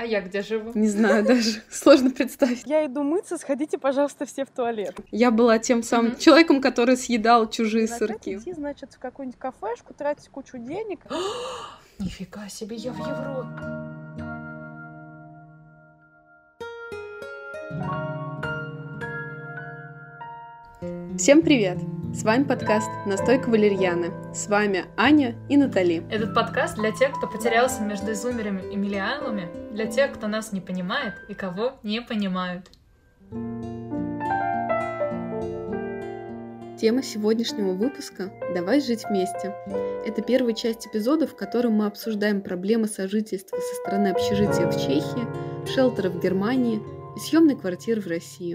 А я где живу? Не знаю даже, сложно представить. Я иду мыться, сходите, пожалуйста, все в туалет. Я была тем самым человеком, который съедал чужие сырки. Идти, значит, в какую-нибудь кафешку, тратить кучу денег. Нифига себе, я в Европе. Всем привет! С вами подкаст «Настойка валерьяны». С вами Аня и Натали. Этот подкаст для тех, кто потерялся между зумерами и миллениалами, для тех, кто нас не понимает и кого не понимают. Тема сегодняшнего выпуска «Давай жить вместе». Это первая часть эпизода, в котором мы обсуждаем проблемы сожительства со стороны общежития в Чехии, шелтера в Германии и съемной квартиры в России.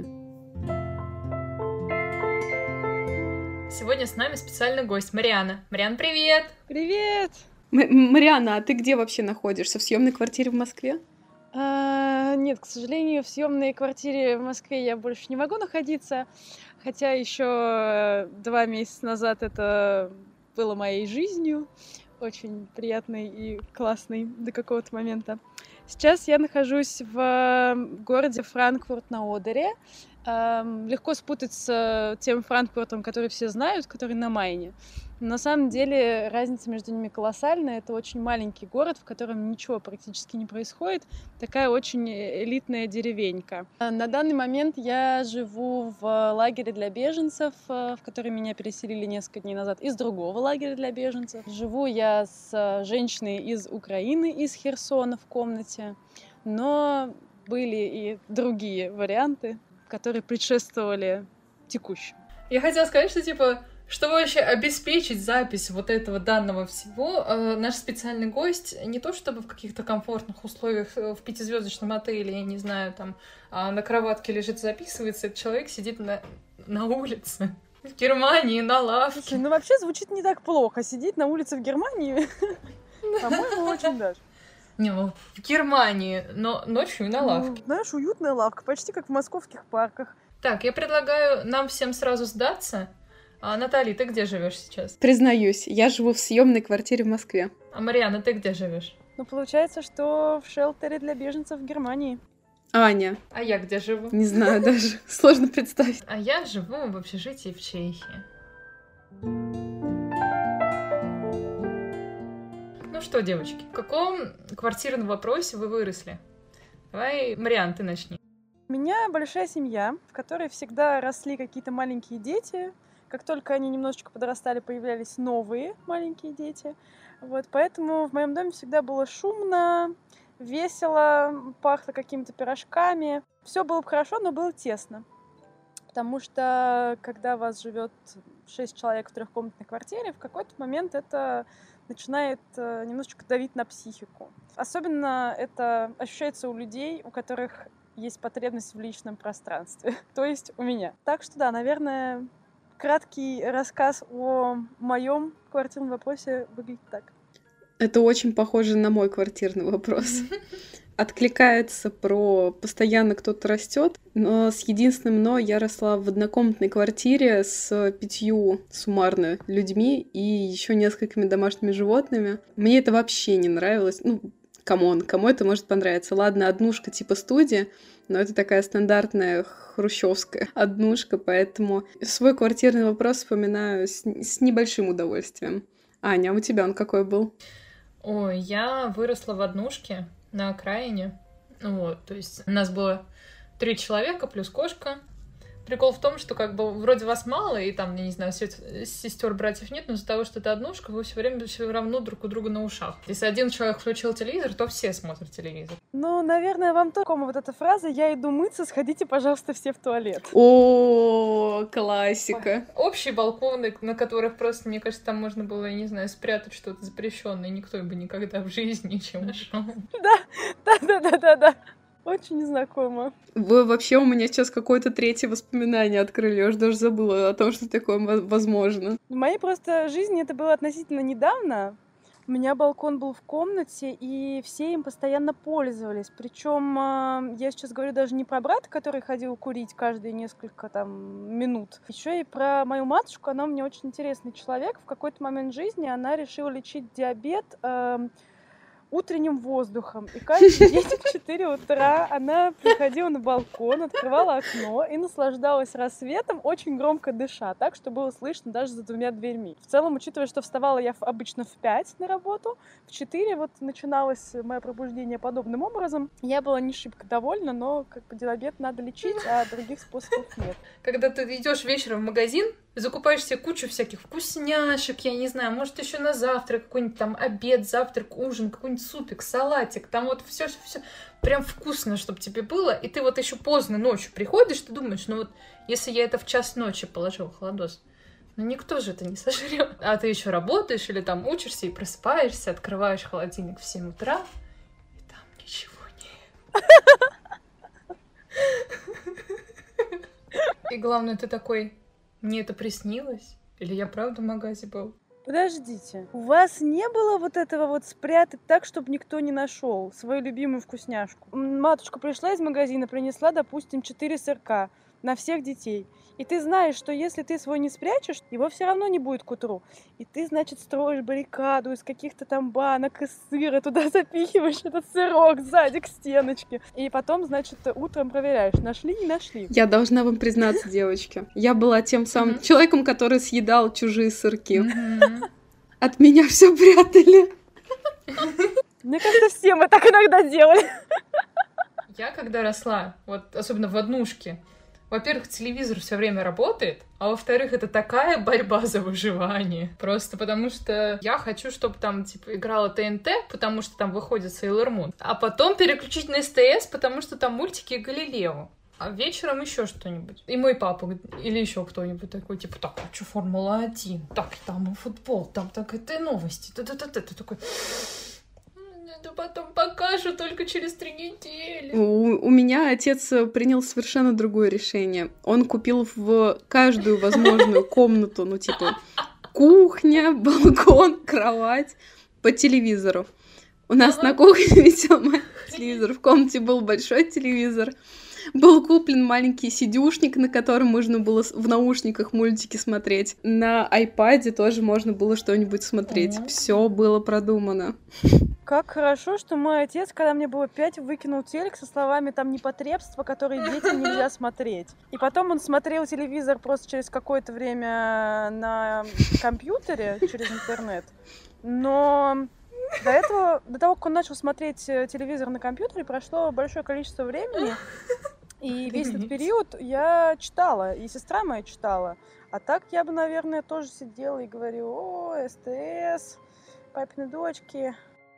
Сегодня с нами специальный гость Мариана. Мариан, привет! Привет! Мариана, а ты где вообще находишься? В съемной квартире в Москве? Нет, к сожалению, в съемной квартире в Москве я больше не могу находиться, хотя еще 2 месяца назад это было моей жизнью, очень приятной и классной до какого-то момента. Сейчас я нахожусь в городе Франкфурт на Одере. Легко спутать с тем Франкфуртом, который все знают, который на Майне. На самом деле разница между ними колоссальная. Это очень маленький город, в котором ничего практически не происходит. Такая очень элитная деревенька. На данный момент я живу в лагере для беженцев, в который меня переселили несколько дней назад из другого лагеря для беженцев. Живу я с женщиной из Украины, из Херсона в комнате. Но были и другие варианты, которые предшествовали текущему. Я хотела сказать, что, чтобы вообще обеспечить запись вот этого данного всего, наш специальный гость не то чтобы в каких-то комфортных условиях в 5-звездочном отеле, я не знаю, там на кроватке лежит, записывается, этот человек сидит на улице в Германии, на лавке. Слушай, вообще звучит не так плохо. Сидеть на улице в Германии, по-моему, очень даже. Не, в Германии, но ночью на лавке. Знаешь, уютная лавка, почти как в московских парках. Так, я предлагаю нам всем сразу сдаться. Наталья, ты где живешь сейчас? Признаюсь, я живу в съемной квартире в Москве. А Мариана, ты где живешь? Получается, что в шелтере для беженцев в Германии. Аня. А я где живу? Не знаю даже, сложно представить. А я живу в общежитии в Чехии. Ну что, девочки, в каком квартирном вопросе вы выросли? Давай, Мариан, ты начни. У меня большая семья, в которой всегда росли какие-то маленькие дети. Как только они немножечко подрастали, появлялись новые маленькие дети. Поэтому в моем доме всегда было шумно, весело, пахло какими-то пирожками. Все было бы хорошо, но было тесно. Потому что, когда вас живет 6 человек в 3-комнатной квартире, в какой-то момент это начинает немножечко давить на психику. Особенно это ощущается у людей, у которых есть потребность в личном пространстве. То есть у меня. Так что да, наверное, краткий рассказ о моем квартирном вопросе выглядит так. Это очень похоже на мой квартирный вопрос. Откликается про постоянно кто-то растет, но с единственным но я росла в однокомнатной квартире с 5 суммарно людьми и еще несколькими домашними животными. Мне это вообще не нравилось. Камон, кому это может понравиться? Ладно, однушка типа студия, но это такая стандартная хрущевская однушка, поэтому свой квартирный вопрос вспоминаю с небольшим удовольствием. Аня, а у тебя он какой был? Ой, я выросла в однушке на окраине. То есть у нас было 3 человека плюс кошка. Прикол в том, что вроде вас мало, и там, я не знаю, сестер, братьев нет, но из-за того, что это однушка, вы все время все равно друг у друга на ушах. Если один человек включил телевизор, то все смотрят телевизор. Наверное, вам тоже знакома эта фраза «Я иду мыться, сходите, пожалуйста, все в туалет». О, классика. Общие балконы, на которых просто, мне кажется, там можно было, я не знаю, спрятать что-то запрещенное, никто бы никогда в жизни ничего не нашел. Да. Очень знакомо. Вы вообще у меня сейчас какое-то третье воспоминание открыли. Я уже даже забыла о том, что такое возможно. В моей просто жизни это было относительно недавно. У меня балкон был в комнате, и все им постоянно пользовались. Причем я сейчас говорю даже не про брата, который ходил курить каждые несколько минут. Еще и про мою матушку. Она у меня очень интересный человек. В какой-то момент жизни она решила лечить диабет. утренним воздухом. И каждый день в 4 утра она приходила на балкон, открывала окно и наслаждалась рассветом, очень громко дыша, так, что было слышно даже за 2 дверьми. В целом, учитывая, что вставала я обычно в 5 на работу, в 4 вот начиналось мое пробуждение подобным образом. Я была не шибко довольна, но как бы диабет надо лечить, а других способов нет. Когда ты идешь вечером в магазин, закупаешь себе кучу всяких вкусняшек, я не знаю, может, еще на завтрак какой-нибудь там обед, завтрак, ужин, какой-нибудь супик, салатик, там вот все прям вкусно, чтобы тебе было, и ты вот еще поздно ночью приходишь, ты думаешь, ну вот, если я это в 1 ночи положил в холодос, ну никто же это не сожрет. А ты еще работаешь или там учишься и просыпаешься, открываешь холодильник в 7 утра, и там ничего нет. И главное, ты такой... Мне это приснилось? Или я правда в магазе был? Подождите, у вас не было вот этого вот спрятать так, чтобы никто не нашел свою любимую вкусняшку? Матушка пришла из магазина, принесла, допустим, 4 сырка на всех детей. И ты знаешь, что если ты свой не спрячешь, его все равно не будет к утру. И ты, значит, строишь баррикаду из каких-то там банок, из сыра, туда запихиваешь этот сырок сзади к стеночке. И потом, значит, утром проверяешь, нашли, не нашли. Я должна вам признаться, девочки. Я была тем самым человеком, который съедал чужие сырки. От меня все прятали. Мне кажется, все мы так иногда делали. Я когда росла, вот особенно в однушке, во-первых, телевизор все время работает, а во-вторых, это такая борьба за выживание. Просто потому что я хочу, чтобы там, типа, играла ТНТ, потому что там выходит Sailor Moon, а потом переключить на СТС, потому что там мультики Галилео. А вечером еще что-нибудь. И мой папа или еще кто-нибудь такой, типа, так, а что Формула-1? Так, там и футбол, там так это новости. Ты такой... Это потом покажу только через 3 недели. У меня отец принял совершенно другое решение. Он купил в каждую возможную комнату, ну, типа, кухня, балкон, кровать по телевизору. У нас на кухне висел маленький телевизор, в комнате был большой телевизор. Был куплен маленький сидюшник, на котором можно было в наушниках мультики смотреть. На айпаде тоже можно было что-нибудь смотреть. Все было продумано. Как хорошо, что мой отец, когда мне было 5, выкинул телек со словами там непотребства, которые детям нельзя смотреть. И потом он смотрел телевизор просто через какое-то время на компьютере, через интернет. Но до того, как он начал смотреть телевизор на компьютере, прошло большое количество времени. И весь этот период я читала, и сестра моя читала. А так я бы, наверное, тоже сидела и говорила: о, СТС, папины дочки.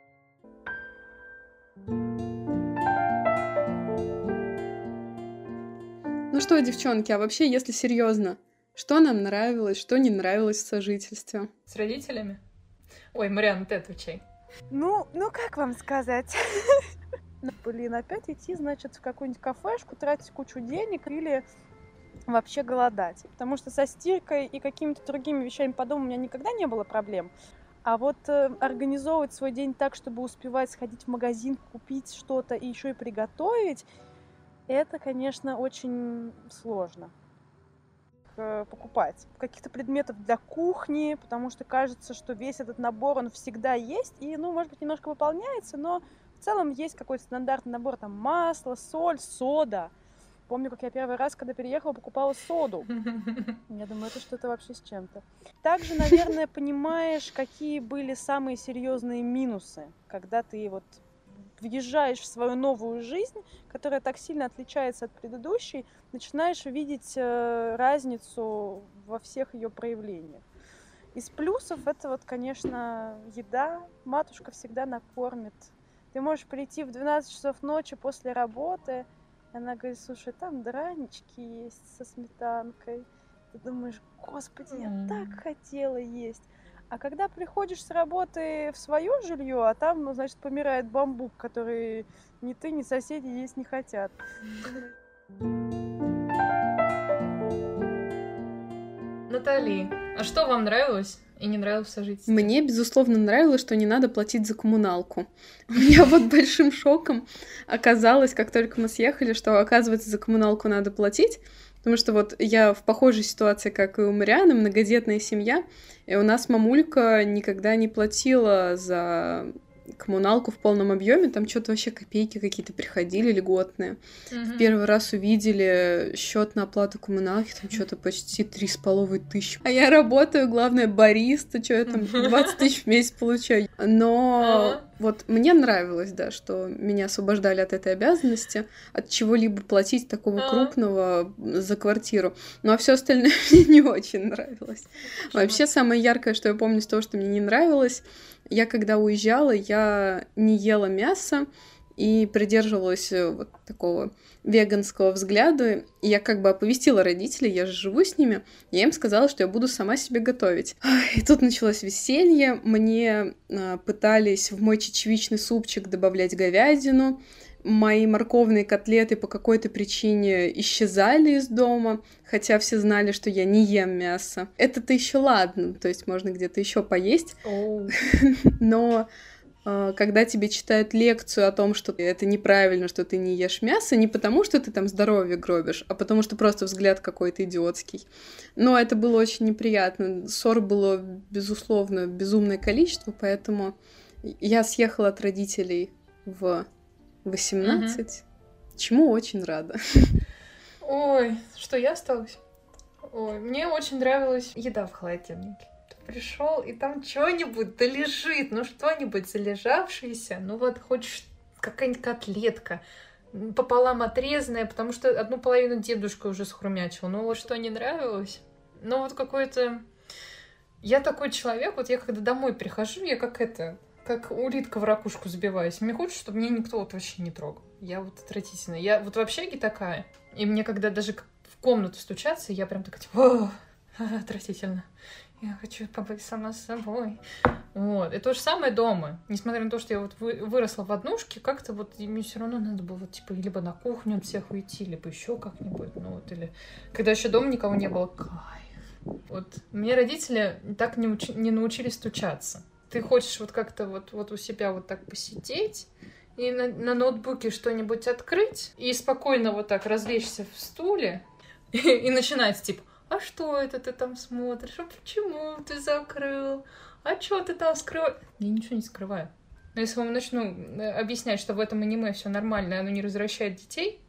Ну что, девчонки, а вообще, если серьезно, что нам нравилось, что не нравилось в сожительстве? С родителями? Ой, Марианна, ты отвечай. Ну, как вам сказать? Блин, опять идти, значит, в какую-нибудь кафешку, тратить кучу денег или вообще голодать. Потому что со стиркой и какими-то другими вещами по дому у меня никогда не было проблем. А вот организовывать свой день так, чтобы успевать сходить в магазин, купить что-то и еще и приготовить, это, конечно, очень сложно покупать. Каких-то предметов для кухни, потому что кажется, что весь этот набор, он всегда есть и, ну, может быть, немножко выполняется, но в целом есть какой-то стандартный набор, там, масло, соль, сода. Помню, как я первый раз, когда переехала, покупала соду. Я думаю, это что-то вообще с чем-то. Также, наверное, понимаешь, какие были самые серьезные минусы, когда ты вот въезжаешь в свою новую жизнь, которая так сильно отличается от предыдущей, начинаешь видеть разницу во всех ее проявлениях. Из плюсов это вот, конечно, еда. Матушка всегда накормит. Ты можешь прийти в 12 часов ночи после работы, и она говорит: слушай, там дранички есть со сметанкой. Ты думаешь: господи, я так хотела есть. А когда приходишь с работы в свое жилье, а там, ну, значит, помирает бамбук, который ни ты, ни соседи есть не хотят. Натали, а что вам нравилось и не нравилось в сожительстве? Мне, безусловно, нравилось, что не надо платить за коммуналку. У меня вот большим шоком оказалось, как только мы съехали, что, оказывается, за коммуналку надо платить. Потому что вот я в похожей ситуации, как и у Марианы, многодетная семья, и у нас мамулька никогда не платила за коммуналку в полном объеме, там что-то вообще копейки какие-то приходили льготные. В первый раз увидели счет на оплату коммуналки, там что-то почти 3500. А я работаю, главное, бариста, что я там 20 тысяч в месяц получаю. Но вот мне нравилось, да, что меня освобождали от этой обязанности, от чего-либо платить такого крупного за квартиру. Ну а все остальное мне не очень нравилось. Вообще, самое яркое, что я помню из того, что мне не нравилось, я когда уезжала, я не ела мясо и придерживалась вот такого веганского взгляда. И я как бы оповестила родителей, я же живу с ними, я им сказала, что я буду сама себе готовить. И тут началось веселье, мне пытались в мой чечевичный супчик добавлять говядину, мои морковные котлеты по какой-то причине исчезали из дома, хотя все знали, что я не ем мясо. Это-то еще ладно, то есть можно где-то еще поесть. Но когда тебе читают лекцию о том, что это неправильно, что ты не ешь мясо, не потому, что ты там здоровье гробишь, а потому что просто взгляд какой-то идиотский. Но это было очень неприятно. Ссор было, безусловно, безумное количество, поэтому я съехала от родителей в 18, чему очень рада. Ой, что я осталась? Ой, мне очень нравилась еда в холодильнике. Ты пришел, и там что-нибудь да лежит, ну что-нибудь залежавшееся, ну вот хоть какая-нибудь котлетка, пополам отрезанная, потому что одну половину дедушка уже схрумячил. Ну вот что не нравилось? Ну вот какой-то... Я такой человек, вот я когда домой прихожу, я как улитка в ракушку забиваюсь. Мне хочется, чтобы меня никто вот вообще не трогал. Я вот отвратительная. Я вот в общаге такая. И мне когда даже в комнату стучаться, я прям такая, типа, отвратительно. Я хочу побыть сама с собой. Вот. И то же самое дома. Несмотря на то, что я вот выросла в однушке, как-то вот мне все равно надо было, типа, либо на кухню от всех уйти, либо еще как-нибудь. Ну вот, или когда еще дома никого не было, кайф. Вот. Мне родители так не научились стучаться. Ты хочешь вот как-то вот у себя вот так посидеть и на ноутбуке что-нибудь открыть и спокойно вот так развлечься в стуле и начинать типа, а что это ты там смотришь? А почему ты закрыл? А что ты там скрываешь? Я ничего не скрываю. Но если вам начну объяснять, что в этом аниме все нормально, и оно не развращает детей,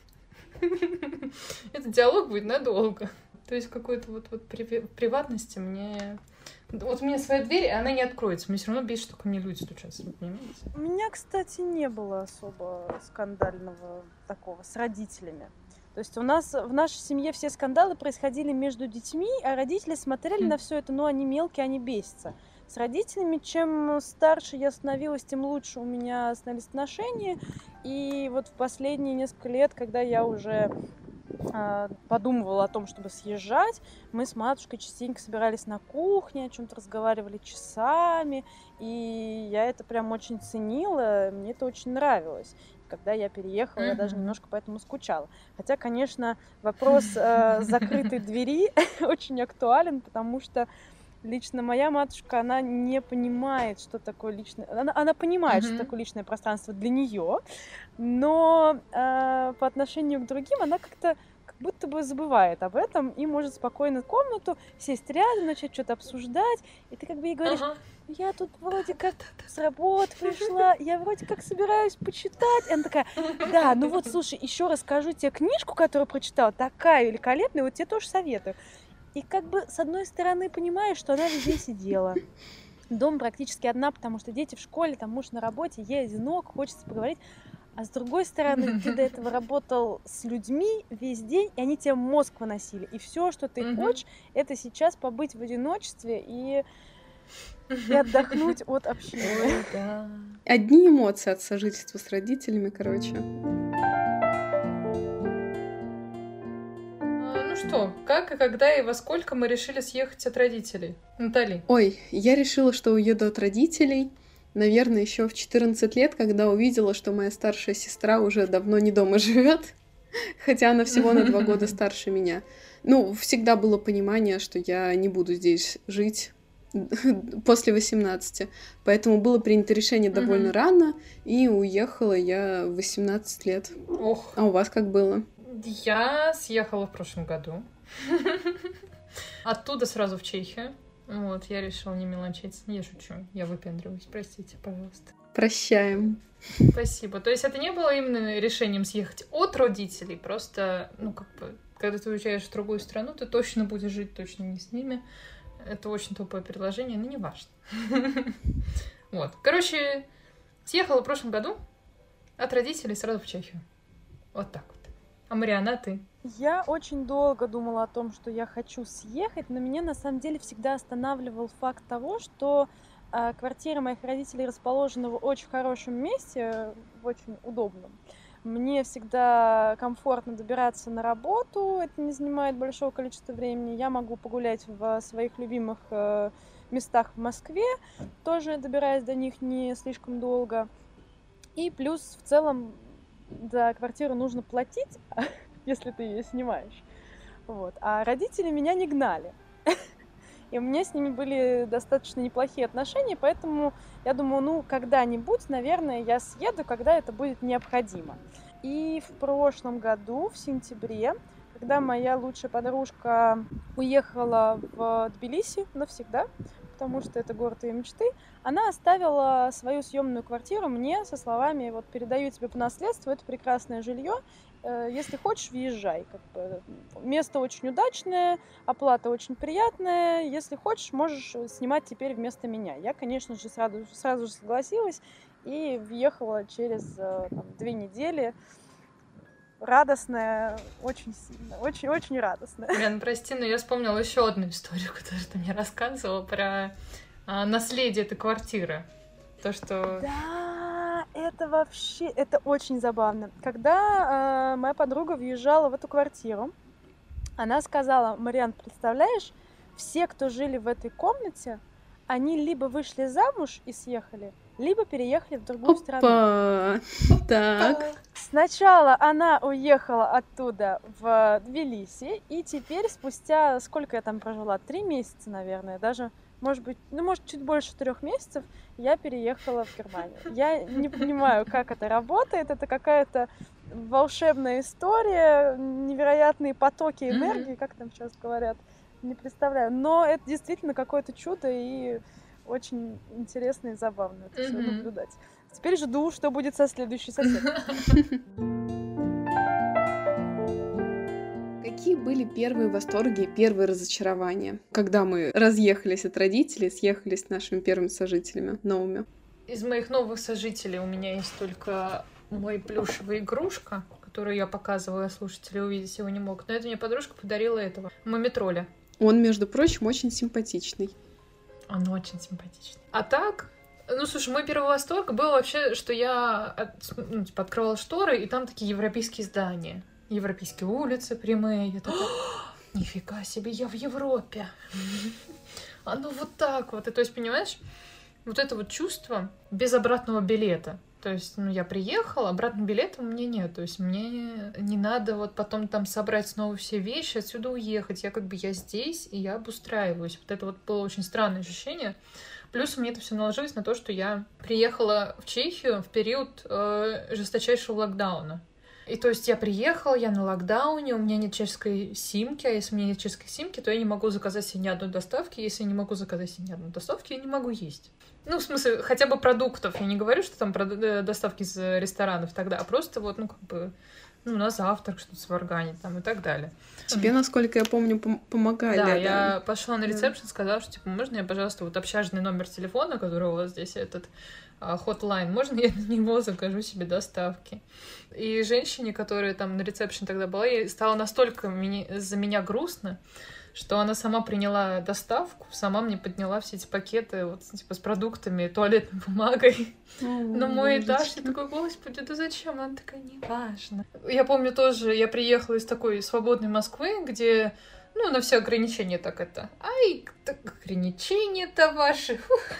этот диалог будет надолго. То есть какой-то вот приватности мне... Вот у меня своя дверь, и она не откроется. Мне все равно бесит, что ко мне люди стучатся, вы понимаете? У меня, кстати, не было особо скандального такого с родителями. То есть у нас в нашей семье все скандалы происходили между детьми, а родители смотрели на все это, ну, они мелкие, они бесятся. С родителями, чем старше я становилась, тем лучше у меня становились отношения. И вот в последние несколько лет, когда я уже подумывала о том, чтобы съезжать, мы с матушкой частенько собирались на кухне, о чем-то разговаривали часами, и я это прям очень ценила, мне это очень нравилось. Когда я переехала, я даже немножко поэтому скучала. Хотя, конечно, вопрос закрытой двери очень актуален, потому что лично моя матушка, она не понимает, что такое личное... Она понимает, что такое личное пространство для нее, но по отношению к другим она как будто бы забывает об этом и может спокойно в комнату сесть рядом, начать что-то обсуждать, и ты как бы ей говоришь, я тут вроде как с работы пришла, я вроде как собираюсь почитать. И она такая, да, ну вот, слушай, еще расскажу тебе книжку, которую прочитала, такая великолепная, вот тебе тоже советую. И как бы с одной стороны понимаешь, что она везде сидела. Дома практически одна, потому что дети в школе, там муж на работе, ей одинок, хочется поговорить. А с другой стороны, ты до этого работал с людьми весь день, и они тебе мозг выносили. И все, что ты хочешь, это сейчас побыть в одиночестве и отдохнуть от общения. Ой, да. Одни эмоции от сожительства с родителями, короче. Ну что, как и когда и во сколько мы решили съехать от родителей? Натали? Ой, я решила, что уеду от родителей, наверное, еще в 14 лет, когда увидела, что моя старшая сестра уже давно не дома живет, хотя она всего на 2 года старше меня. Ну, всегда было понимание, что я не буду здесь жить после 18. Поэтому было принято решение довольно рано, и уехала я в 18 лет. Ох. А у вас как было? Я съехала в прошлом году. Оттуда сразу в Чехию. Вот, я решила не мелочиться. Я шучу, я выпендриваюсь, простите, пожалуйста. Прощаем. Спасибо. То есть это не было именно решением съехать от родителей, просто, когда ты уезжаешь в другую страну, ты точно будешь жить точно не с ними. Это очень тупое предложение, но не важно. Вот. Короче, съехала в прошлом году от родителей сразу в Чехию. Вот так вот. А Марианна, ты? Я очень долго думала о том, что я хочу съехать, но меня на самом деле всегда останавливал факт того, что квартира моих родителей расположена в очень хорошем месте, в очень удобном. Мне всегда комфортно добираться на работу, это не занимает большого количества времени. Я могу погулять в своих любимых местах в Москве, тоже добираясь до них не слишком долго. И плюс в целом за квартиру нужно платить, если ты ее снимаешь. Вот. А родители меня не гнали. И у меня с ними были достаточно неплохие отношения, поэтому я думаю, когда-нибудь, наверное, я съеду, когда это будет необходимо. И в прошлом году, в сентябре, когда моя лучшая подружка уехала в Тбилиси навсегда, потому что это город ее мечты, она оставила свою съемную квартиру мне со словами: вот передаю тебе по наследству это прекрасное жилье, если хочешь, въезжай. Место очень удачное, оплата очень приятная, если хочешь, можешь снимать теперь вместо меня. Я, конечно же, сразу же согласилась и въехала через 2 недели. Радостная, очень сильно, очень-очень радостная. Блин, прости, но я вспомнила еще одну историю, которую ты мне рассказывала про наследие этой квартиры. То, что... Да, это вообще, это очень забавно. Когда моя подруга въезжала в эту квартиру, она сказала: Мариан, представляешь, все, кто жили в этой комнате, они либо вышли замуж и съехали, либо переехали в другую страну. Так. Сначала она уехала оттуда в Тбилиси, и теперь спустя, сколько я там прожила? 3 месяца, наверное, даже, может быть, чуть больше 3 месяцев, я переехала в Германию. Я не понимаю, как это работает, это какая-то волшебная история, невероятные потоки энергии, как там сейчас говорят, не представляю. Но это действительно какое-то чудо, и очень интересно и забавно это все наблюдать. Теперь жду, что будет со следующей соседкой. Какие были первые восторги, первые разочарования, когда мы разъехались от родителей, съехались с нашими первыми сожителями новыми? Из моих новых сожителей у меня есть только мой плюшевый игрушка, которую я показывала, слушатели увидеть его не могут. Но это мне подружка подарила этого Мумитроля. Он, между прочим, очень симпатичный. Он очень симпатичный. А так, слушай, мой первый восторг был вообще, что я открывала шторы, и там такие европейские здания. Европейские улицы прямые. Я такая: нифига себе, я в Европе. Оно вот так вот. И то есть, понимаешь, вот это вот чувство без обратного билета. То есть, я приехала, обратного билета у меня нет. То есть, мне не надо вот потом там собрать снова все вещи, отсюда уехать. Я здесь, и я обустраиваюсь. Вот это вот было очень странное ощущение. Плюс у меня это все наложилось на то, что я приехала в Чехию в период жесточайшего локдауна. И то есть я приехала, я на локдауне, у меня нет чешской симки, а если у меня нет чешской симки, то я не могу заказать себе ни одной доставки. Если я не могу заказать себе ни одной доставки, я не могу есть. В смысле, хотя бы продуктов. Я не говорю, что там доставки из ресторанов тогда, а просто вот, на завтрак что-то сварганить там и так далее. Тебе, насколько я помню, помогали. Да, я пошла на ресепшн, сказала, что, можно я, пожалуйста, вот общажный номер телефона, который у вас здесь, этот хотлайн, можно я на него закажу себе доставки? И женщине, которая там на ресепшн тогда была, ей стало настолько за меня грустно, что она сама приняла доставку, сама мне подняла все эти пакеты вот, с продуктами, туалетной бумагой. На мой этаж. Я такой: господи, да зачем? Она такая: неважно. Я помню тоже, я приехала из такой свободной Москвы, где, на все ограничения ограничения-то ваши.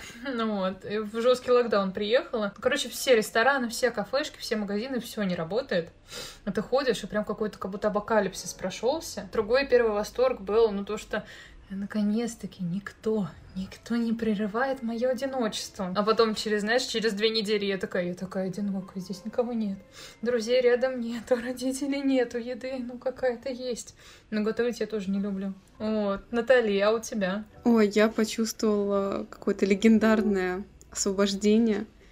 И в жесткий локдаун приехала. Короче, все рестораны, все кафешки, все магазины, все не работает. А ты ходишь, и прям какой-то как будто апокалипсис прошелся. Другой первый восторг был, то, что наконец-таки никто не прерывает мое одиночество. А потом через 2 недели я такая одинокая, здесь никого нет. Друзей рядом нету, родителей нету, еды, какая-то есть. Но готовить я тоже не люблю. Вот. Натали, а у тебя? Ой, я почувствовала какое-то легендарное освобождение.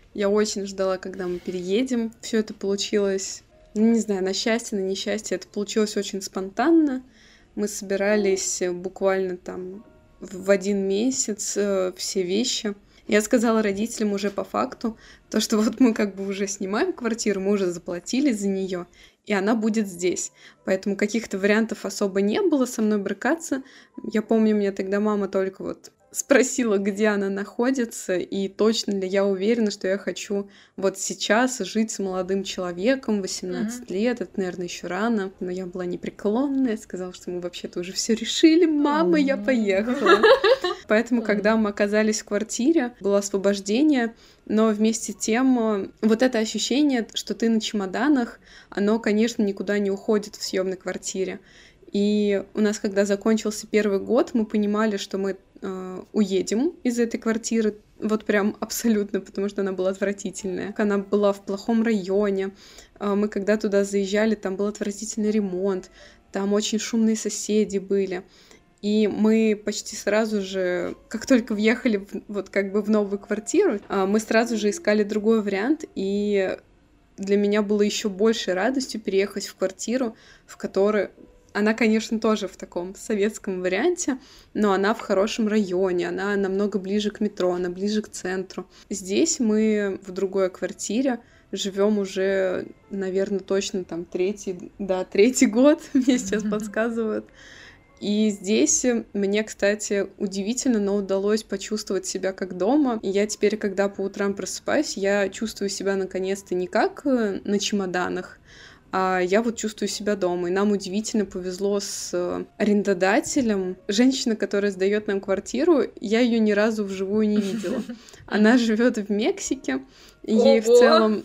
Я очень ждала, когда мы переедем. Все это получилось, не знаю, на счастье, на несчастье. Это получилось очень спонтанно. Мы собирались буквально там в 1 месяц все вещи. Я сказала родителям уже по факту, то, что вот мы как бы уже снимаем квартиру, мы уже заплатили за нее, и она будет здесь. Поэтому каких-то вариантов особо не было со мной брыкаться. Я помню, меня тогда мама только вот спросила, где она находится, и точно ли я уверена, что я хочу вот сейчас жить с молодым человеком, 18 лет, это, наверное, еще рано, но я была непреклонная, сказала, что мы вообще-то уже все решили, мама, я поехала. Поэтому, когда мы оказались в квартире, было освобождение, но вместе с тем вот это ощущение, что ты на чемоданах, оно, конечно, никуда не уходит в съемной квартире. И у нас, когда закончился первый год, мы понимали, что мы уедем из этой квартиры, вот прям абсолютно, потому что она была отвратительная. Она была в плохом районе. Мы когда туда заезжали, там был отвратительный ремонт, там очень шумные соседи были. И мы почти сразу же, как только въехали вот как бы в новую квартиру, мы сразу же искали другой вариант, и для меня было еще большей радостью переехать в квартиру, в которой она, конечно, тоже в таком советском варианте, но она в хорошем районе, она намного ближе к метро, она ближе к центру. Здесь мы в другой квартире живем уже, наверное, точно там третий год, мне сейчас подсказывают. И здесь мне, кстати, удивительно, но удалось почувствовать себя как дома. И я теперь, когда по утрам просыпаюсь, я чувствую себя наконец-то не как на чемоданах, а я вот чувствую себя дома. И нам удивительно повезло с арендодателем. Женщина, которая сдает нам квартиру, я ее ни разу вживую не видела. Она живет в Мексике. Ей в целом...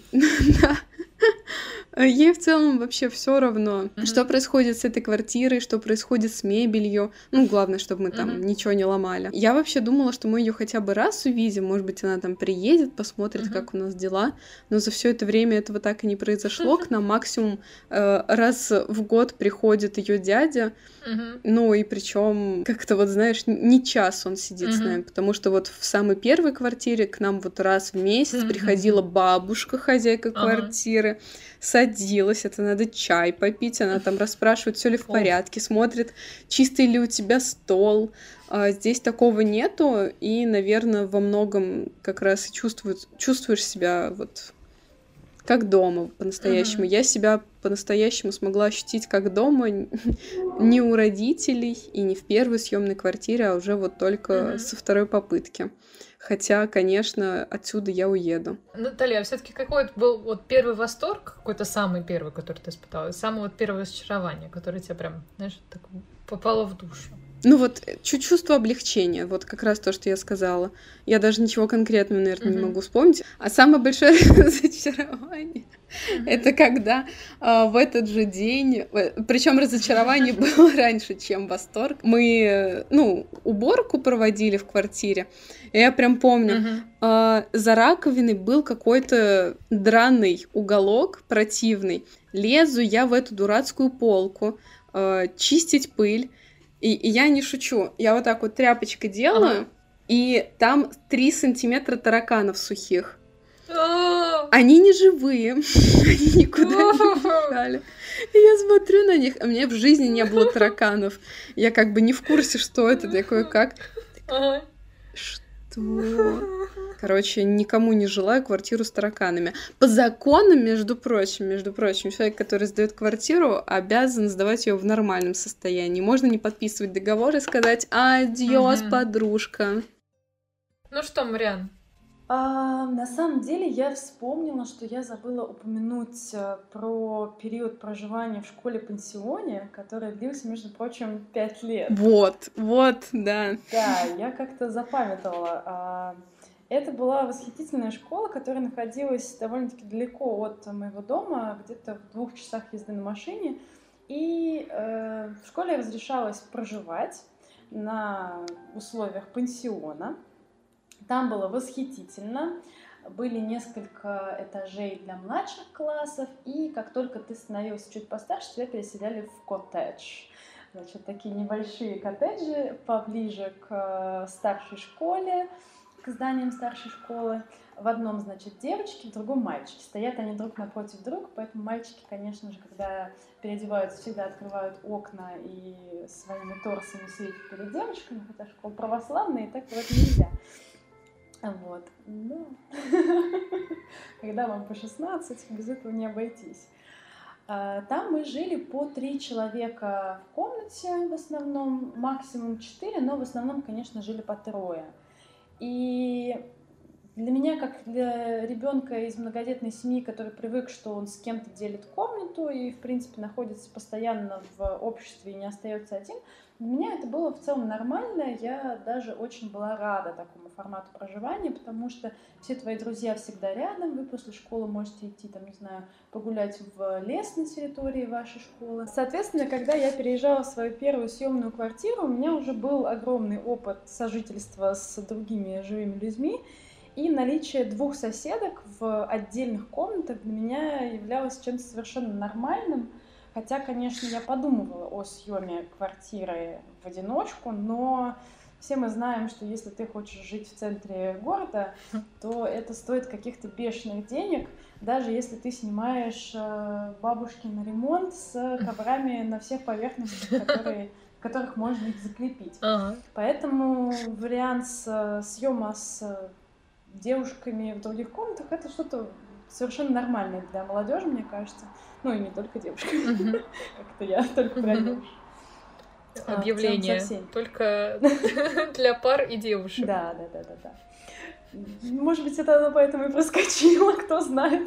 Ей в целом вообще все равно, что происходит с этой квартирой, что происходит с мебелью. Ну, главное, чтобы мы там ничего не ломали. Я вообще думала, что мы ее хотя бы раз увидим. Может быть, она там приедет, посмотрит, как у нас дела. Но за все это время этого так и не произошло. К нам максимум раз в год приходит ее дядя. Ну, и причем как-то вот, знаешь, не час он сидит с нами, потому что вот в самой первой квартире к нам вот раз в месяц приходила бабушка, хозяйка квартиры, садилась, это надо чай попить, она там расспрашивает, все ли в порядке, смотрит, чистый ли у тебя стол. Здесь такого нету, и, наверное, во многом как раз и чувствуешь себя вот как дома по-настоящему. Я себя по-настоящему смогла ощутить как дома не у родителей и не в первой съемной квартире, а уже вот только со второй попытки. Хотя, конечно, отсюда я уеду. Наталья, а все-таки какой был вот первый восторг, какой-то самый первый, который ты испытала, и самое вот первое разочарование, которое тебе прям, знаешь, так попало в душу? Ну вот, чувство облегчения, вот как раз то, что я сказала. Я даже ничего конкретного, наверное, не могу вспомнить. А самое большое разочарование — это когда в этот же день, причем разочарование было раньше, чем восторг, мы, уборку проводили в квартире. Я прям помню, за раковиной был какой-то драный уголок, противный. Лезу я в эту дурацкую полку, чистить пыль. И я не шучу, я вот так вот тряпочкой делаю, и там 3 сантиметра тараканов сухих. Они не живые, они никуда не убежали. И я смотрю на них, а у меня в жизни не было тараканов. Я как бы не в курсе, что это такое, как. Что? Короче, никому не желаю квартиру с тараканами. По закону, между прочим, человек, который сдает квартиру, обязан сдавать ее в нормальном состоянии. Можно не подписывать договор и сказать «Адьос, подружка». Ну что, Мариан? На самом деле я вспомнила, что я забыла упомянуть про период проживания в школе-пансионе, который длился, между прочим, 5 лет. Вот, да. Да, я как-то запамятовала. Это была восхитительная школа, которая находилась довольно-таки далеко от моего дома, где-то в 2 часах езды на машине. И в школе разрешалось проживать на условиях пансиона. Там было восхитительно. Были несколько этажей для младших классов, и как только ты становился чуть постарше, тебя переселяли в коттедж. Значит, такие небольшие коттеджи поближе к старшей школе. к зданиям старшей школы. В одном, значит, девочки, в другом мальчики. Стоят они друг напротив друга, поэтому мальчики, конечно же, когда переодеваются, всегда открывают окна и своими торсами светят перед девочками, хотя школа православная, и так вроде нельзя. Вот. Ну, когда вам по 16, без этого не обойтись. Там мы жили по 3 человека в комнате в основном, максимум 4, но в основном, конечно, жили по 3. И для меня, как для ребенка из многодетной семьи, который привык, что он с кем-то делит комнату и, в принципе, находится постоянно в обществе и не остается один, для меня это было в целом нормально. Я даже очень была рада такому формату проживания, потому что все твои друзья всегда рядом, вы после школы можете идти, там, не знаю, погулять в лес на территории вашей школы. Соответственно, когда я переезжала в свою первую съемную квартиру, у меня уже был огромный опыт сожительства с другими живыми людьми, и наличие 2 соседок в отдельных комнатах для меня являлось чем-то совершенно нормальным. Хотя, конечно, я подумывала о съеме квартиры в одиночку, но все мы знаем, что если ты хочешь жить в центре города, то это стоит каких-то бешеных денег, даже если ты снимаешь бабушкин ремонт с коврами на всех поверхностях, в которых можно их закрепить. Поэтому вариант съема с девушками в других комнатах — это что-то совершенно нормальное для молодежи, мне кажется. Ну и не только девушкам. Как-то я только про девушек. Объявление только для пар и девушек. Да. Может быть, это оно поэтому и проскочило, кто знает.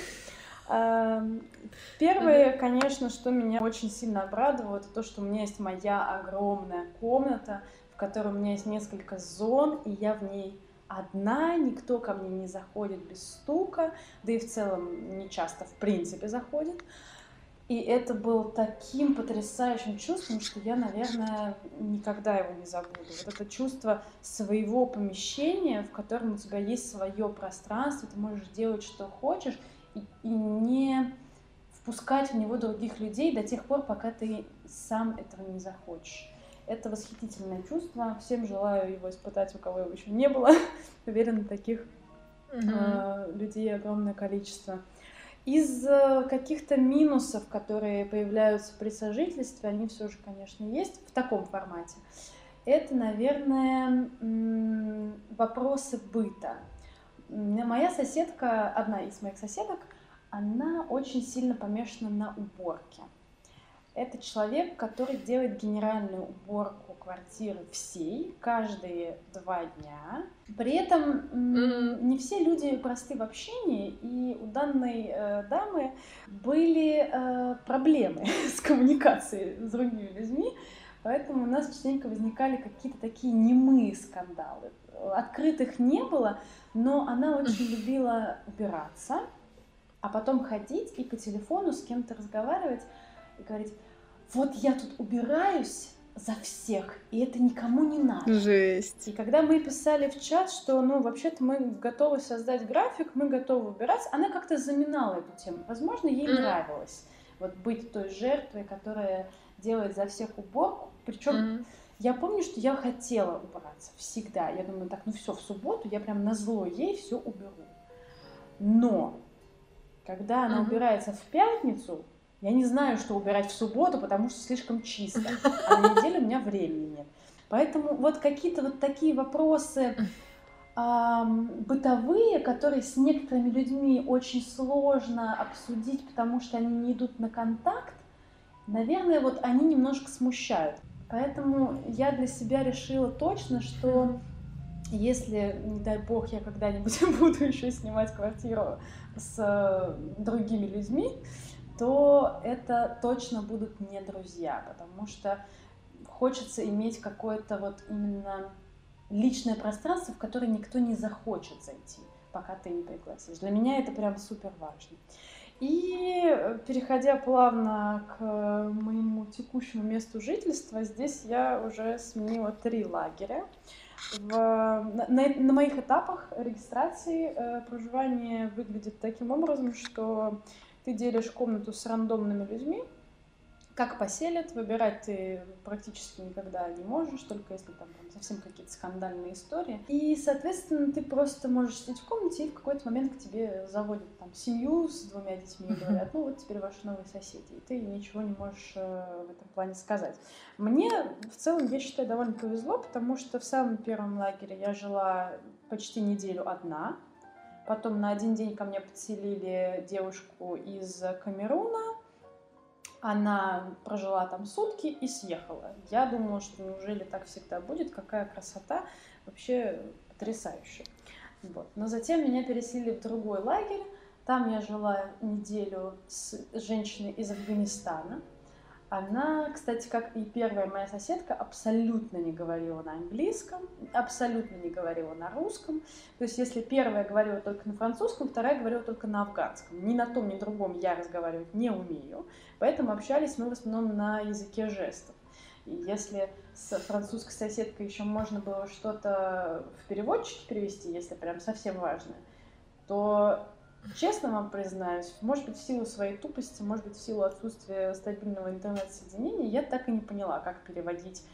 Первое, конечно, что меня очень сильно обрадовало, это то, что у меня есть моя огромная комната, в которой у меня есть несколько зон, и я в ней одна, никто ко мне не заходит без стука, да и в целом не часто в принципе заходит. И это было таким потрясающим чувством, что я, наверное, никогда его не забуду. Вот это чувство своего помещения, в котором у тебя есть свое пространство, ты можешь делать, что хочешь, и не впускать в него других людей до тех пор, пока ты сам этого не захочешь. Это восхитительное чувство. Всем желаю его испытать, у кого его еще не было. Уверена, таких людей огромное количество. Из каких-то минусов, которые появляются при сожительстве, они все же, конечно, есть в таком формате. Это, наверное, вопросы быта. Моя соседка, одна из моих соседок, она очень сильно помешана на уборке. Это человек, который делает генеральную уборку квартиры всей каждые 2 дня. При этом не все люди просты в общении, и у данной дамы были проблемы с коммуникацией с другими людьми, поэтому у нас частенько возникали какие-то такие немые скандалы. Открытых не было, но она очень любила убираться, а потом ходить и по телефону с кем-то разговаривать, и говорить: вот я тут убираюсь за всех, и это никому не надо. Жесть. И когда мы писали в чат, что, вообще-то мы готовы создать график, мы готовы убираться, она как-то заминала эту тему. Возможно, ей нравилось вот быть той жертвой, которая делает за всех уборку. Причем я помню, что я хотела убраться всегда. Я думаю, так, все, в субботу я прям назло ей все уберу. Но когда она убирается в пятницу, я не знаю, что убирать в субботу, потому что слишком чисто, а на неделю у меня времени нет. Поэтому вот какие-то вот такие вопросы бытовые, которые с некоторыми людьми очень сложно обсудить, потому что они не идут на контакт, наверное, вот они немножко смущают. Поэтому я для себя решила точно, что если, не дай бог, я когда-нибудь буду еще снимать квартиру с другими людьми, то это точно будут не друзья, потому что хочется иметь какое-то вот именно личное пространство, в которое никто не захочет зайти, пока ты не пригласишь. Для меня это прям супер важно. И переходя плавно к моему текущему месту жительства, здесь я уже сменила 3 лагеря. На моих этапах регистрации проживание выглядит таким образом, что ты делишь комнату с рандомными людьми, Как поселят, выбирать ты практически никогда не можешь, только если там совсем какие-то скандальные истории. И, соответственно, ты просто можешь сидеть в комнате, и в какой-то момент к тебе заводят там семью с 2 детьми и говорят, ну вот теперь ваши новые соседи, и ты ничего не можешь в этом плане сказать. Мне в целом, я считаю, довольно повезло, потому что в самом первом лагере я жила почти неделю одна. Потом на один день ко мне подселили девушку из Камеруна. Она прожила там сутки и съехала. Я думала, что неужели так всегда будет, какая красота, вообще потрясающе. Вот. Но затем меня переселили в другой лагерь. Там я жила неделю с женщиной из Афганистана. Она, кстати, как и первая моя соседка, абсолютно не говорила на английском, абсолютно не говорила на русском. То есть если первая говорила только на французском, вторая говорила только на афганском. Ни на том, ни на другом я разговаривать не умею. Поэтому общались мы в основном на языке жестов. И если с французской соседкой еще можно было что-то в переводчике перевести, если прям совсем важное, то, честно вам признаюсь, может быть, в силу своей тупости, может быть, в силу отсутствия стабильного интернет-соединения, я так и не поняла, как переводить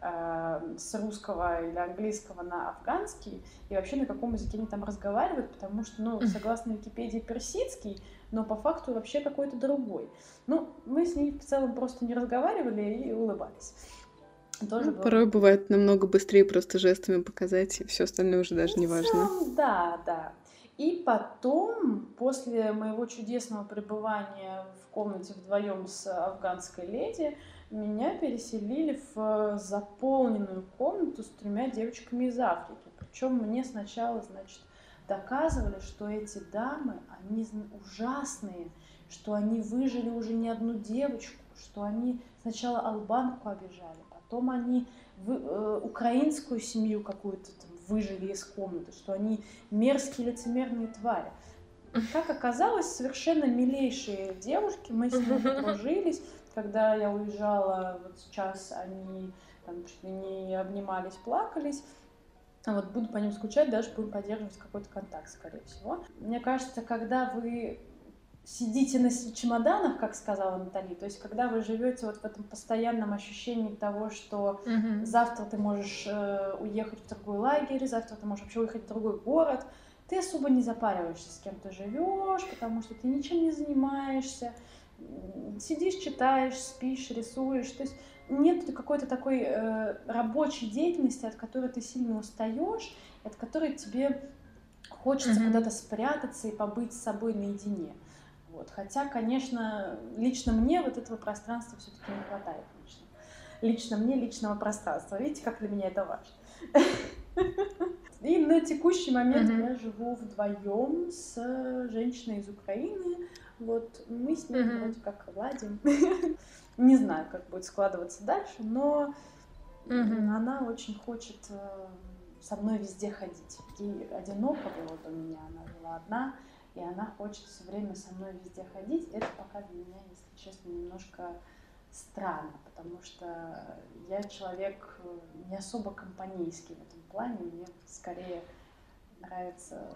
с русского или английского на афганский, и вообще на каком языке они там разговаривают, потому что, ну, согласно Википедии, персидский, но по факту вообще какой-то другой. Ну, мы с ней в целом просто не разговаривали и улыбались. Тоже порой бывает намного быстрее просто жестами показать, и все остальное уже даже не важно. Да, да. И потом, после моего чудесного пребывания в комнате вдвоем с афганской леди, меня переселили в заполненную комнату с 3 девочками из Африки. Причем мне сначала, значит, доказывали, что эти дамы, они ужасные, что они выжили уже не одну девочку, что они сначала албанку обижали, потом они украинскую семью какую-то там выжили из комнаты, что они мерзкие лицемерные твари. Как оказалось, совершенно милейшие девушки, мы с ними подружились. Когда я уезжала, вот сейчас они там чуть ли не обнимались, плакались. Вот буду по ним скучать, даже будем поддерживать какой-то контакт, скорее всего. Мне кажется, когда вы сидите на чемоданах, как сказала Натали, то есть когда вы живете вот в этом постоянном ощущении того, что завтра ты можешь уехать в другой лагерь, завтра ты можешь вообще уехать в другой город, ты особо не запариваешься, с кем ты живешь, потому что ты ничем не занимаешься, сидишь, читаешь, спишь, рисуешь, то есть нет какой-то такой рабочей деятельности, от которой ты сильно устаешь, от которой тебе хочется куда-то спрятаться и побыть с собой наедине. Вот. Хотя, конечно, лично мне вот этого пространства все-таки не хватает. Лично мне личного пространства. Видите, как для меня это важно. И на текущий момент я живу вдвоем с женщиной из Украины. Вот мы с ней вроде как ладим. Не знаю, как будет складываться дальше, но она очень хочет со мной везде ходить. Ей одиноко было до меня, она жила одна. И она хочет все время со мной везде ходить. Это пока для меня, если честно, немножко странно, потому что я человек не особо компанейский в этом плане. Мне скорее нравится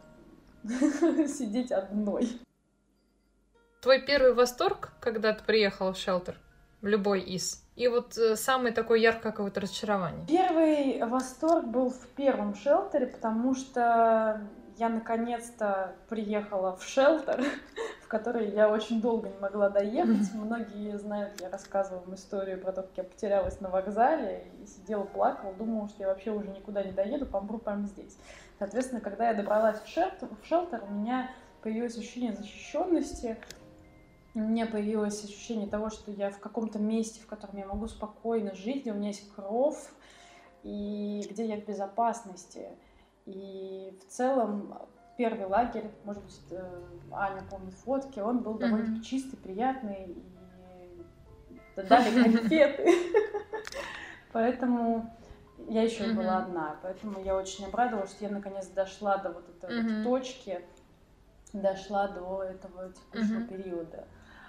сидеть одной. Твой первый восторг, когда ты приехала в шелтер, в любой из, и вот самый такой яркое какое-то разочарование? Первый восторг был в первом шелтере, потому что я наконец-то приехала в шелтер, в который я очень долго не могла доехать. Многие знают, я рассказывала вам историю про то, как я потерялась на вокзале и сидела, плакала, думала, что я вообще уже никуда не доеду, помру прямо здесь. Соответственно, когда я добралась в шелтер, у меня появилось ощущение защищенности, у меня появилось ощущение того, что я в каком-то месте, в котором я могу спокойно жить, где у меня есть кров, и где я в безопасности. И в целом первый лагерь, может быть, Аня помнит фотки, он был довольно чистый, приятный, и дали конфеты. Поэтому я еще и была одна, поэтому я очень обрадовалась, что я наконец дошла до вот этой вот точки, дошла до этого текущего периода.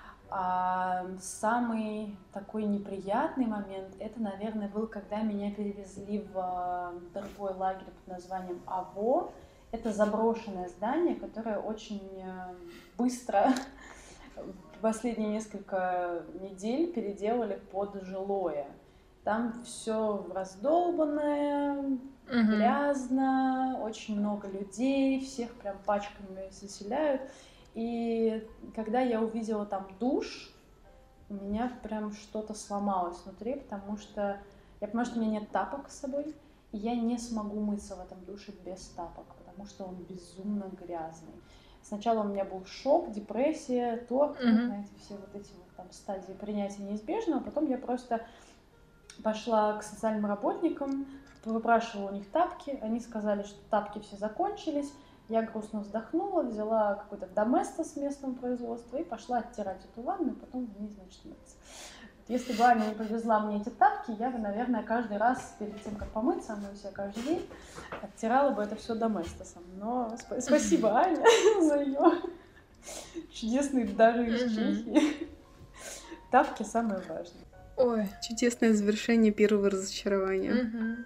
А самый такой неприятный момент, это, наверное, был, когда меня перевезли в другой лагерь под названием АВО. Это заброшенное здание, которое очень быстро последние несколько недель переделали под жилое. Там все раздолбанное, грязно, очень много людей, всех прям пачками заселяют. И когда я увидела там душ, у меня прям что-то сломалось внутри, потому что я понимаю, что у меня нет тапок с собой, и я не смогу мыться в этом душе без тапок, потому что он безумно грязный. Сначала у меня был шок, депрессия, торг, знаете, все вот эти вот там стадии принятия неизбежного. Потом я просто пошла к социальным работникам, выпрашивала у них тапки. Они сказали, что тапки все закончились. Я грустно вздохнула, взяла какой-то доместос местного производства и пошла оттирать эту ванну, и потом в ней, значит, мыться. Если бы Аня не привезла мне эти тапки, я бы, наверное, каждый раз перед тем, как помыться, а мою себя каждый день, оттирала бы это все доместосом. Но спасибо, Аня, за ее чудесные дары из Чехии. Тапки самое важное. Ой, чудесное завершение первого разочарования.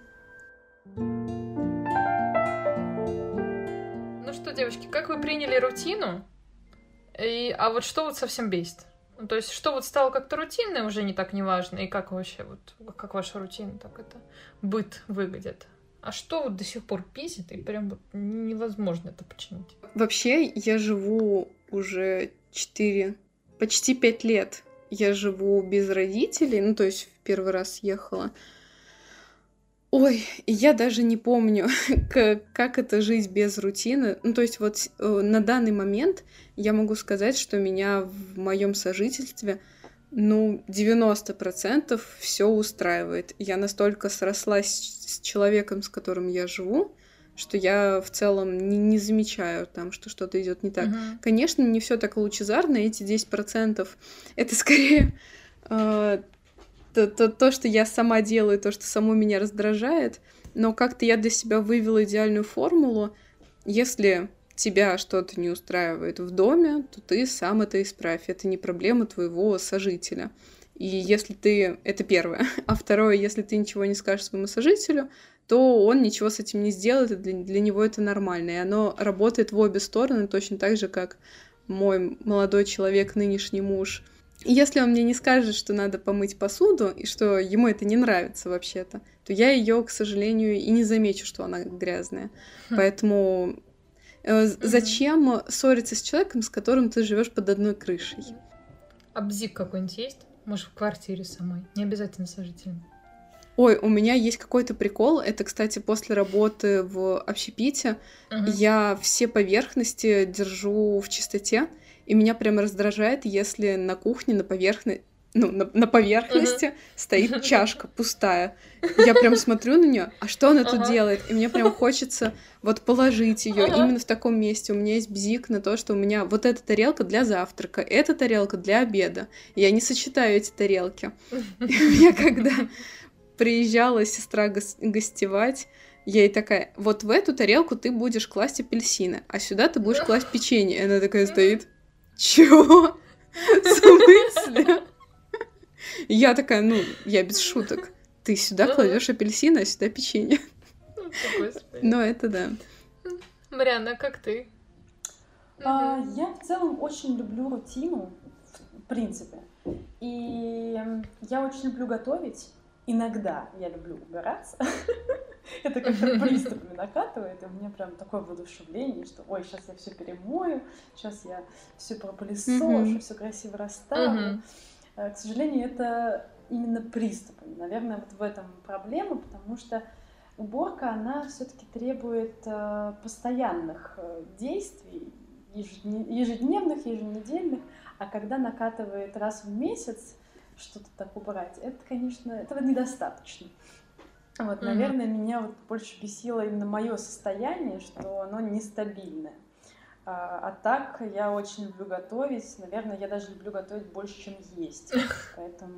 Ну что, девочки, как вы приняли рутину? А вот что вот совсем бесит? Ну, то есть, что вот стало как-то рутинное, уже не так неважно, и как вообще, вот, как ваша рутина, так это, быт выглядит? А что вот до сих пор бесит, и прям вот невозможно это починить? Вообще, я живу уже почти 5 лет. Я живу без родителей, ну, то есть в первый раз ехала. Ой, я даже не помню, как это жить без рутины. Ну, то есть вот на данный момент я могу сказать, что меня в моем сожительстве, 90% все устраивает. Я настолько срослась с человеком, с которым я живу, что я в целом не замечаю там, что что-то идет не так. Конечно, не все так лучезарно, эти 10% это скорее то, что я сама делаю, то, что само меня раздражает, но как-то я для себя вывела идеальную формулу. Если тебя что-то не устраивает в доме, то ты сам это исправь. Это не проблема твоего сожителя. И если ты... Это первое. А второе, если ты ничего не скажешь своему сожителю, то он ничего с этим не сделает, и для него это нормально. И оно работает в обе стороны, точно так же, как мой молодой человек, нынешний муж. И если он мне не скажет, что надо помыть посуду, и что ему это не нравится вообще-то, то я ее, к сожалению, и не замечу, что она грязная. Поэтому зачем ссориться с человеком, с которым ты живешь под одной крышей? А бзик какой-нибудь есть? Может, в квартире самой? Не обязательно сожителем. Ой, у меня есть какой-то прикол. Это, кстати, после работы в общепите. Я все поверхности держу в чистоте. И меня прям раздражает, если на кухне на поверхности стоит чашка пустая. Я прям смотрю на нее, а что она тут делает? И мне прям хочется вот положить ее именно в таком месте. У меня есть бзик на то, что у меня вот эта тарелка для завтрака, эта тарелка для обеда. Я не сочетаю эти тарелки. И у меня когда приезжала сестра гостевать, я ей такая, вот в эту тарелку ты будешь класть апельсины, а сюда ты будешь класть печенье. И она такая стоит, чего? В смысле? Я такая, я без шуток. Ты сюда кладешь апельсины, а сюда печенье. Но это да. Марианна, как ты? Я в целом очень люблю рутину, в принципе. И я очень люблю готовить. Иногда я люблю убираться. Это как-то приступами накатывает, и у меня прям такое воодушевление, что ой, сейчас я все перемою, сейчас я все пропылесошу, все красиво расставлю. К сожалению, это именно приступами. Наверное, вот в этом проблема, потому что уборка, она все-таки требует постоянных действий, ежедневных, еженедельных, а когда накатывает раз в месяц что-то так убрать, это, конечно, этого недостаточно. Вот, наверное, меня вот больше бесило именно мое состояние, что оно нестабильное. А так я очень люблю готовить. Наверное, я даже люблю готовить больше, чем есть. Поэтому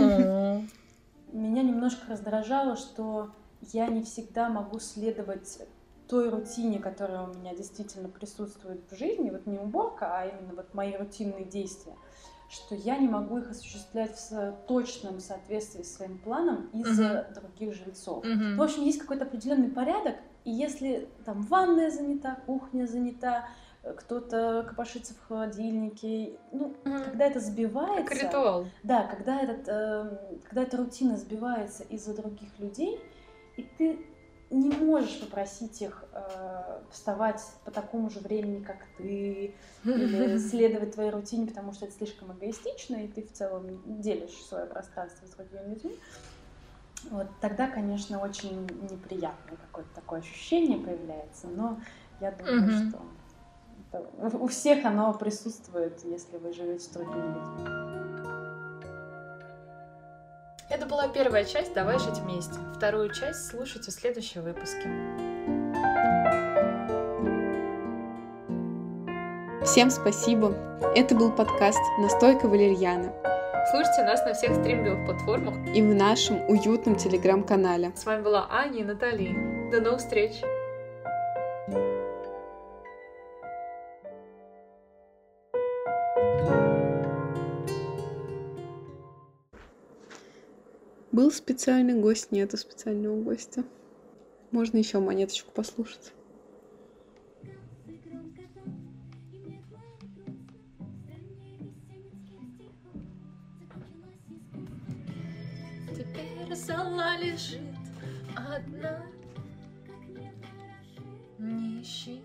меня немножко раздражало, что я не всегда могу следовать той рутине, которая у меня действительно присутствует в жизни. Вот не уборка, а именно вот мои рутинные действия. Что я не могу их осуществлять в точном соответствии с своим планом из-за других жильцов. В общем, есть какой-то определенный порядок, и если там ванная занята, кухня занята, кто-то копошится в холодильнике. Ну, когда это сбивается... Как ритуал. Да, когда эта рутина сбивается из-за других людей, и ты не можешь попросить их вставать по такому же времени, как ты, или следовать твоей рутине, потому что это слишком эгоистично, и ты в целом делишь свое пространство с другими людьми. Вот тогда, конечно, очень неприятное какое-то такое ощущение появляется, но я думаю, что у всех оно присутствует, если вы живете с другими людьми. Это была первая часть «Давай жить вместе». Вторую часть слушайте в следующем выпуске. Всем спасибо. Это был подкаст «Настойка валерьяны». Слушайте нас на всех стриминговых платформах и в нашем уютном телеграм-канале. С вами была Аня и Натали. До новых встреч! Был специальный гость, нету специального гостя. Можно еще монеточку послушать. Теперь зола лежит одна. Не ищи